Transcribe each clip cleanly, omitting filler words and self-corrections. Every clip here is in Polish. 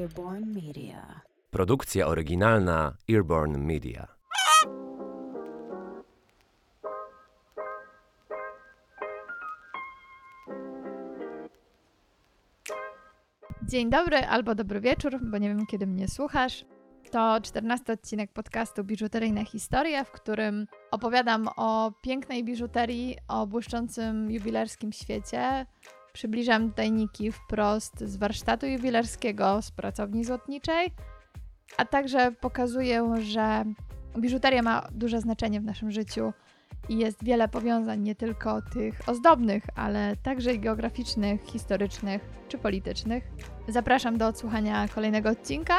Earborn Media. Produkcja oryginalna Earborn Media. Dzień dobry albo dobry wieczór, bo nie wiem, kiedy mnie słuchasz. To 14 odcinek podcastu Biżuteryjne Historie, w którym opowiadam o pięknej biżuterii, o błyszczącym jubilerskim świecie. Przybliżam tajniki wprost z warsztatu jubilerskiego, z pracowni złotniczej, a także pokazuję, że biżuteria ma duże znaczenie w naszym życiu i jest wiele powiązań, nie tylko tych ozdobnych, ale także i geograficznych, historycznych czy politycznych. Zapraszam do odsłuchania kolejnego odcinka,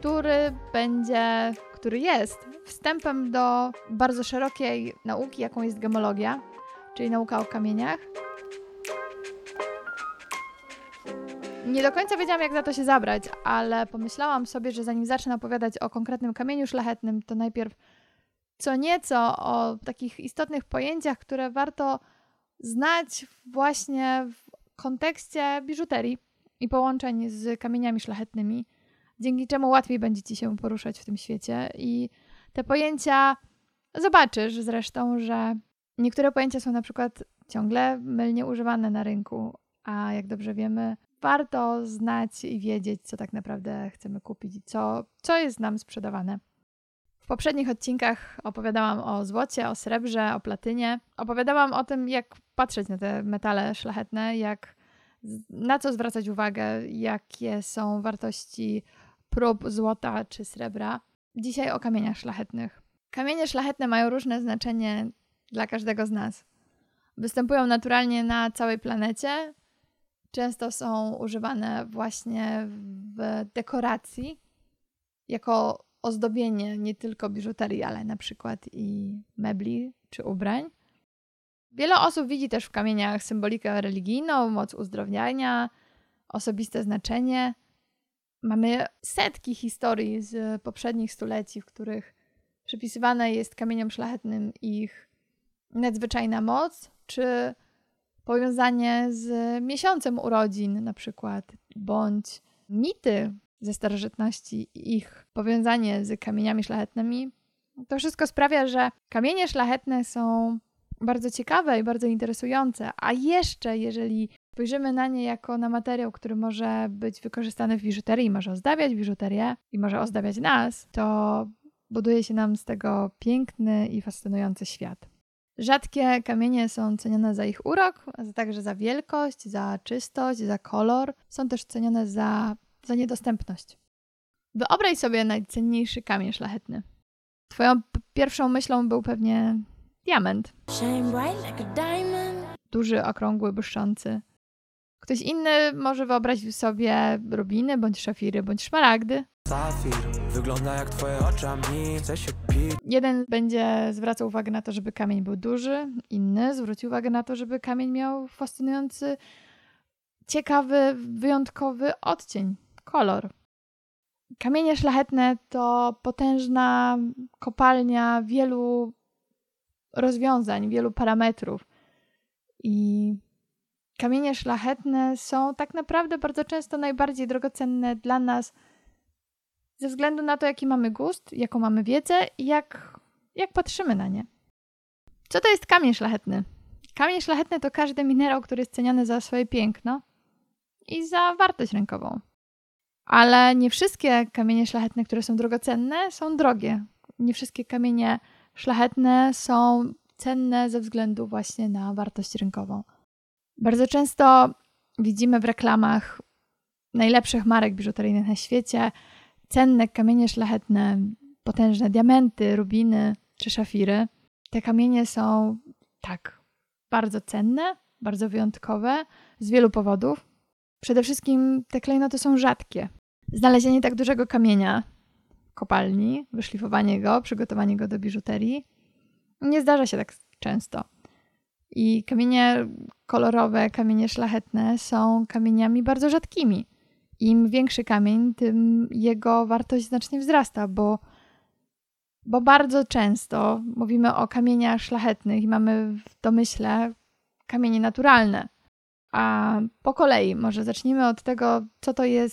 który jest wstępem do bardzo szerokiej nauki, jaką jest gemologia, czyli nauka o kamieniach. Nie do końca wiedziałam, jak za to się zabrać, ale pomyślałam sobie, że zanim zacznę opowiadać o konkretnym kamieniu szlachetnym, to najpierw co nieco o takich istotnych pojęciach, które warto znać właśnie w kontekście biżuterii i połączeń z kamieniami szlachetnymi, dzięki czemu łatwiej będzie Ci się poruszać w tym świecie. I te pojęcia, zobaczysz zresztą, że niektóre pojęcia są na przykład ciągle mylnie używane na rynku, a jak dobrze wiemy, warto znać i wiedzieć, co tak naprawdę chcemy kupić i co jest nam sprzedawane. W poprzednich odcinkach opowiadałam o złocie, o srebrze, o platynie. Opowiadałam o tym, jak patrzeć na te metale szlachetne, na co zwracać uwagę, jakie są wartości prób złota czy srebra. Dzisiaj o kamieniach szlachetnych. Kamienie szlachetne mają różne znaczenie dla każdego z nas. Występują naturalnie na całej planecie. Często są używane właśnie w dekoracji, jako ozdobienie nie tylko biżuterii, ale na przykład i mebli czy ubrań. Wiele osób widzi też w kamieniach symbolikę religijną, moc uzdrowniania, osobiste znaczenie. Mamy setki historii z poprzednich stuleci, w których przypisywana jest kamieniom szlachetnym ich nadzwyczajna moc, czy powiązanie z miesiącem urodzin na przykład, bądź mity ze starożytności i ich powiązanie z kamieniami szlachetnymi. To wszystko sprawia, że kamienie szlachetne są bardzo ciekawe i bardzo interesujące, a jeszcze jeżeli spojrzymy na nie jako na materiał, który może być wykorzystany w biżuterii, może ozdabiać biżuterię i może ozdabiać nas, to buduje się nam z tego piękny i fascynujący świat. Rzadkie kamienie są cenione za ich urok, a także za wielkość, za czystość, za kolor. Są też cenione za niedostępność. Wyobraź sobie najcenniejszy kamień szlachetny. Twoją pierwszą myślą był pewnie diament. Duży, okrągły, błyszczący. Ktoś inny może wyobraził sobie rubiny, bądź szafiry, bądź szmaragdy. Wygląda jak twoje oczy, a mi chce się pić. Jeden będzie zwracał uwagę na to, żeby kamień był duży, inny zwróci uwagę na to, żeby kamień miał fascynujący, ciekawy, wyjątkowy odcień, kolor. Kamienie szlachetne to potężna kopalnia wielu rozwiązań, wielu parametrów. I kamienie szlachetne są tak naprawdę bardzo często najbardziej drogocenne dla nas ze względu na to, jaki mamy gust, jaką mamy wiedzę i jak patrzymy na nie. Co to jest kamień szlachetny? Kamień szlachetny to każdy minerał, który jest ceniony za swoje piękno i za wartość rynkową. Ale nie wszystkie kamienie szlachetne, które są drogocenne, są drogie. Nie wszystkie kamienie szlachetne są cenne ze względu właśnie na wartość rynkową. Bardzo często widzimy w reklamach najlepszych marek biżuteryjnych na świecie cenne kamienie szlachetne, potężne diamenty, rubiny czy szafiry. Te kamienie są tak bardzo cenne, bardzo wyjątkowe z wielu powodów. Przede wszystkim te klejnoty są rzadkie. Znalezienie tak dużego kamienia w kopalni, wyszlifowanie go, przygotowanie go do biżuterii nie zdarza się tak często. I kamienie kolorowe, kamienie szlachetne są kamieniami bardzo rzadkimi. Im większy kamień, tym jego wartość znacznie wzrasta, bo bardzo często mówimy o kamieniach szlachetnych i mamy w domyśle kamienie naturalne. A po kolei może zacznijmy od tego, co to jest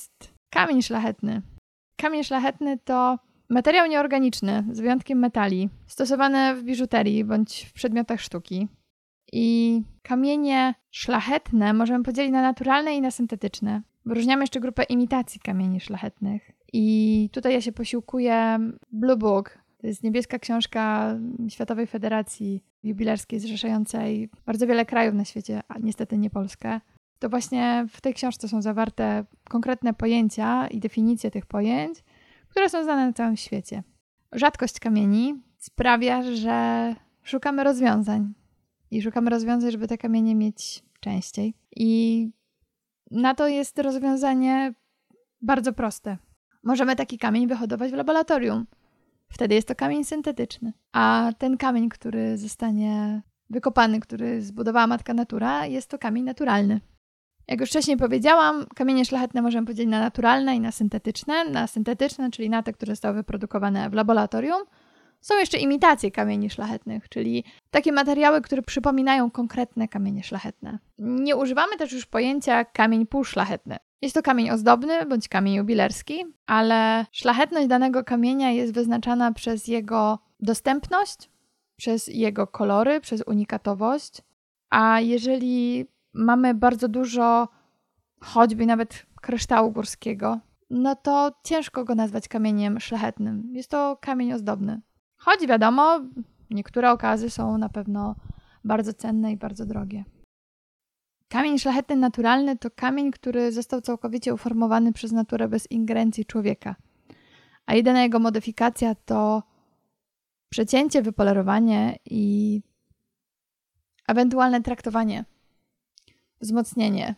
Kamień szlachetny. Kamień szlachetny to materiał nieorganiczny, z wyjątkiem metali, stosowany w biżuterii bądź w przedmiotach sztuki. I kamienie szlachetne możemy podzielić na naturalne i na syntetyczne. Wyróżniamy jeszcze grupę imitacji kamieni szlachetnych. I tutaj ja się posiłkuję Blue Book. To jest niebieska książka Światowej Federacji Jubilerskiej zrzeszającej bardzo wiele krajów na świecie, a niestety nie Polskę. To właśnie w tej książce są zawarte konkretne pojęcia i definicje tych pojęć, które są znane na całym świecie. Rzadkość kamieni sprawia, że szukamy rozwiązań. I szukamy rozwiązań, żeby te kamienie mieć częściej. I na to jest rozwiązanie bardzo proste. Możemy taki kamień wyhodować w laboratorium. Wtedy jest to kamień syntetyczny. A ten kamień, który zostanie wykopany, który zbudowała matka natura, jest to kamień naturalny. Jak już wcześniej powiedziałam, kamienie szlachetne możemy podzielić na naturalne i na syntetyczne. Na syntetyczne, czyli na te, które zostały wyprodukowane w laboratorium. Są jeszcze imitacje kamieni szlachetnych, czyli takie materiały, które przypominają konkretne kamienie szlachetne. Nie używamy też już pojęcia kamień półszlachetny. Jest to kamień ozdobny bądź kamień jubilerski, ale szlachetność danego kamienia jest wyznaczana przez jego dostępność, przez jego kolory, przez unikatowość. A jeżeli mamy bardzo dużo choćby nawet kryształu górskiego, no to ciężko go nazwać kamieniem szlachetnym. Jest to kamień ozdobny. Choć wiadomo, niektóre okazy są na pewno bardzo cenne i bardzo drogie. Kamień szlachetny naturalny to kamień, który został całkowicie uformowany przez naturę bez ingerencji człowieka. A jedyna jego modyfikacja to przecięcie, wypolerowanie i ewentualne traktowanie, wzmocnienie,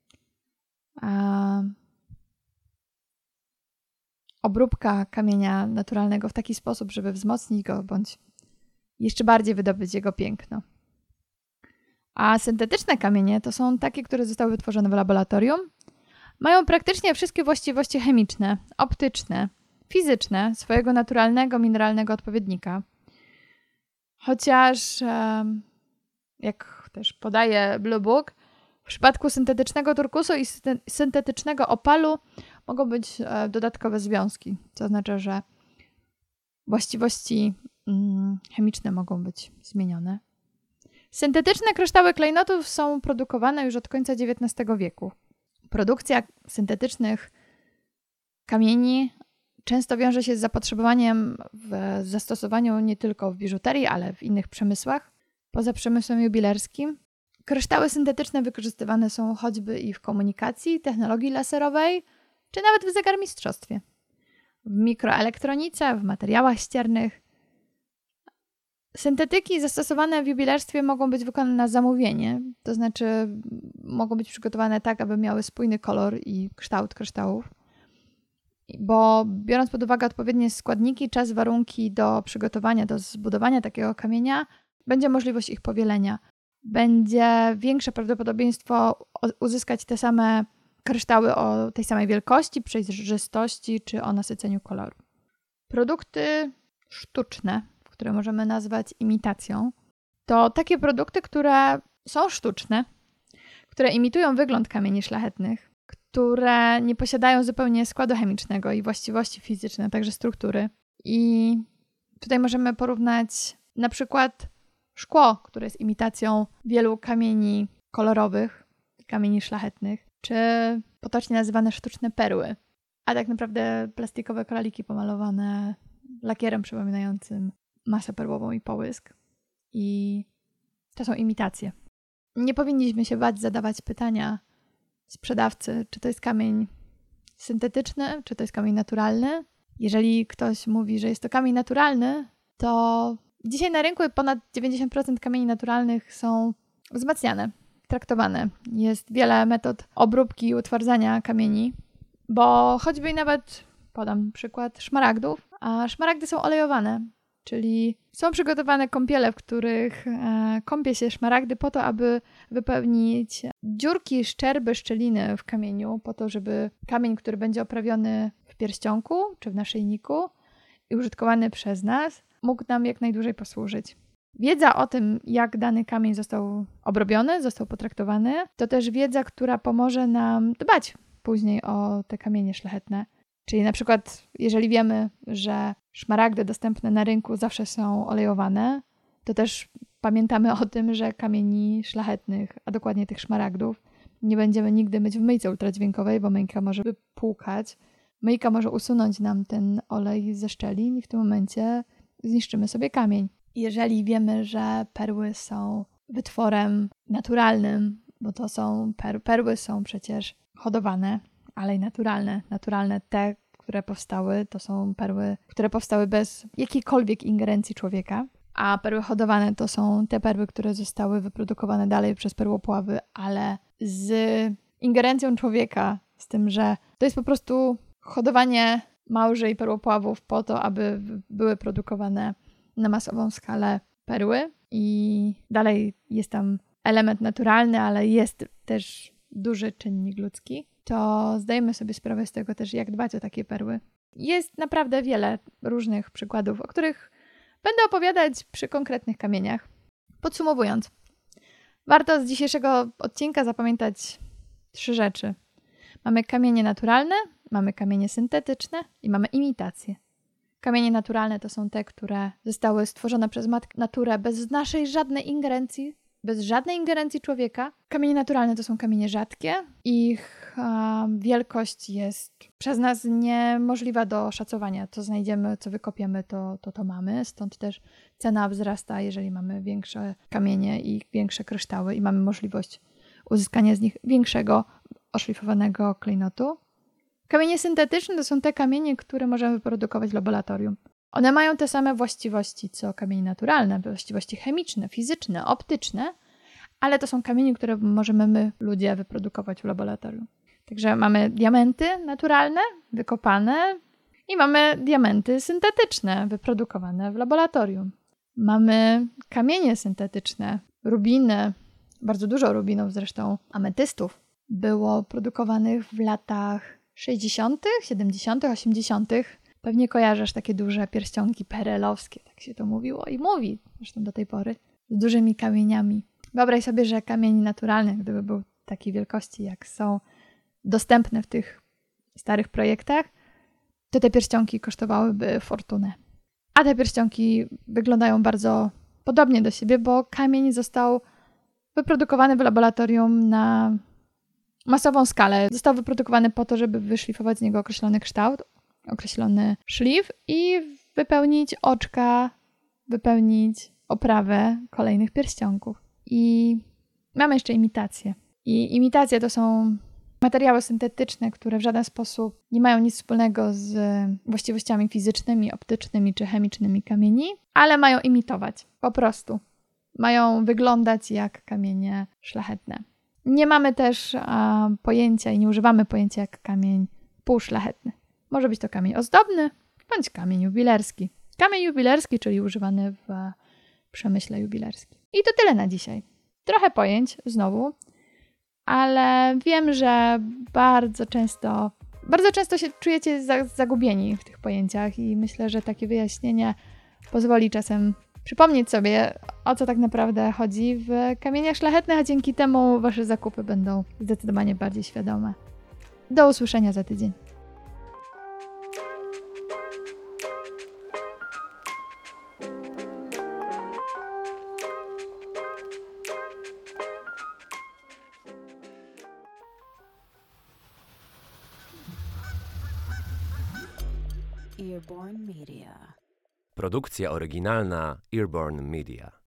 obróbka kamienia naturalnego w taki sposób, żeby wzmocnić go bądź jeszcze bardziej wydobyć jego piękno. A syntetyczne kamienie to są takie, które zostały wytworzone w laboratorium. Mają praktycznie wszystkie właściwości chemiczne, optyczne, fizyczne swojego naturalnego, mineralnego odpowiednika. Chociaż, jak też podaje Blue Book, w przypadku syntetycznego turkusu i syntetycznego opalu mogą być dodatkowe związki, co oznacza, że właściwości chemiczne mogą być zmienione. Syntetyczne kryształy klejnotów są produkowane już od końca XIX wieku. Produkcja syntetycznych kamieni często wiąże się z zapotrzebowaniem w zastosowaniu nie tylko w biżuterii, ale w innych przemysłach, poza przemysłem jubilerskim. Kryształy syntetyczne wykorzystywane są choćby i w komunikacji, technologii laserowej, czy nawet w zegarmistrzostwie, w mikroelektronice, w materiałach ściernych. Syntetyki zastosowane w jubilerstwie mogą być wykonane na zamówienie, to znaczy mogą być przygotowane tak, aby miały spójny kolor i kształt kryształów, bo biorąc pod uwagę odpowiednie składniki, czas, warunki do przygotowania, do zbudowania takiego kamienia, będzie możliwość ich powielenia. Będzie większe prawdopodobieństwo uzyskać te same kryształy o tej samej wielkości, przejrzystości czy o nasyceniu koloru. Produkty sztuczne, które możemy nazwać imitacją, to takie produkty, które są sztuczne, które imitują wygląd kamieni szlachetnych, które nie posiadają zupełnie składu chemicznego i właściwości fizyczne, także struktury. I tutaj możemy porównać na przykład szkło, które jest imitacją wielu kamieni kolorowych, kamieni szlachetnych, czy potocznie nazywane sztuczne perły, a tak naprawdę plastikowe koraliki pomalowane lakierem przypominającym masę perłową i połysk. I to są imitacje. Nie powinniśmy się bać zadawać pytania sprzedawcy, czy to jest kamień syntetyczny, czy to jest kamień naturalny. Jeżeli ktoś mówi, że jest to kamień naturalny, to dzisiaj na rynku ponad 90% kamieni naturalnych są wzmacniane, traktowane. Jest wiele metod obróbki i utwardzania kamieni, bo choćby i nawet, podam przykład, szmaragdów, a szmaragdy są olejowane, czyli są przygotowane kąpiele, w których kąpie się szmaragdy po to, aby wypełnić dziurki, szczerby, szczeliny w kamieniu, po to, żeby kamień, który będzie oprawiony w pierścionku czy w naszyjniku i użytkowany przez nas, mógł nam jak najdłużej posłużyć. Wiedza o tym, jak dany kamień został obrobiony, został potraktowany, to też wiedza, która pomoże nam dbać później o te kamienie szlachetne. Czyli na przykład, jeżeli wiemy, że szmaragdy dostępne na rynku zawsze są olejowane, to też pamiętamy o tym, że kamieni szlachetnych, a dokładnie tych szmaragdów, nie będziemy nigdy myć w myjce ultradźwiękowej, bo myjka może wypłukać. Myjka może usunąć nam ten olej ze szczelin i w tym momencie zniszczymy sobie kamień. Jeżeli wiemy, że perły są wytworem naturalnym, bo to są perły są przecież hodowane, ale i naturalne. Naturalne te, które powstały, to są perły, które powstały bez jakiejkolwiek ingerencji człowieka, a perły hodowane to są te perły, które zostały wyprodukowane dalej przez perłopławy, ale z ingerencją człowieka, z tym, że to jest po prostu hodowanie małży i perłopławów po to, aby były produkowane na masową skalę perły i dalej jest tam element naturalny, ale jest też duży czynnik ludzki, to zdajemy sobie sprawę z tego też, jak dbać o takie perły. Jest naprawdę wiele różnych przykładów, o których będę opowiadać przy konkretnych kamieniach. Podsumowując, warto z dzisiejszego odcinka zapamiętać 3 rzeczy. Mamy kamienie naturalne, mamy kamienie syntetyczne i mamy imitacje. Kamienie naturalne to są te, które zostały stworzone przez matkę naturę bez naszej żadnej ingerencji, bez żadnej ingerencji człowieka. Kamienie naturalne to są kamienie rzadkie. Ich wielkość jest przez nas niemożliwa do szacowania. Co znajdziemy, co wykopiemy, to mamy. Stąd też cena wzrasta, jeżeli mamy większe kamienie i większe kryształy i mamy możliwość uzyskania z nich większego, oszlifowanego klejnotu. Kamienie syntetyczne to są te kamienie, które możemy wyprodukować w laboratorium. One mają te same właściwości, co kamienie naturalne, właściwości chemiczne, fizyczne, optyczne, ale to są kamienie, które możemy my, ludzie, wyprodukować w laboratorium. Także mamy diamenty naturalne, wykopane i mamy diamenty syntetyczne, wyprodukowane w laboratorium. Mamy kamienie syntetyczne, rubiny, bardzo dużo rubinów zresztą, ametystów było produkowanych w latach 60., 70., 80. Pewnie kojarzysz takie duże pierścionki perelowskie, tak się to mówiło i mówi zresztą do tej pory, z dużymi kamieniami. Wyobraź sobie, że kamień naturalny, gdyby był takiej wielkości, jak są dostępne w tych starych projektach, to te pierścionki kosztowałyby fortunę. A te pierścionki wyglądają bardzo podobnie do siebie, bo kamień został wyprodukowany w laboratorium na masową skalę. Został wyprodukowany po to, żeby wyszlifować z niego określony kształt, określony szlif i wypełnić oczka, wypełnić oprawę kolejnych pierścionków. I mamy jeszcze imitacje. I imitacje to są materiały syntetyczne, które w żaden sposób nie mają nic wspólnego z właściwościami fizycznymi, optycznymi czy chemicznymi kamieni, ale mają imitować. Po prostu. Mają wyglądać jak kamienie szlachetne. Nie mamy też pojęcia i nie używamy pojęcia jak kamień półszlachetny. Może być to kamień ozdobny bądź kamień jubilerski. Kamień jubilerski, czyli używany w przemyśle jubilerskim. I to tyle na dzisiaj. Trochę pojęć znowu, ale wiem, że bardzo często się czujecie zagubieni w tych pojęciach i myślę, że takie wyjaśnienie pozwoli czasem przypomnieć sobie, o co tak naprawdę chodzi w kamieniach szlachetnych, a dzięki temu wasze zakupy będą zdecydowanie bardziej świadome. Do usłyszenia za tydzień. Earborn Media. Produkcja oryginalna Earborn Media.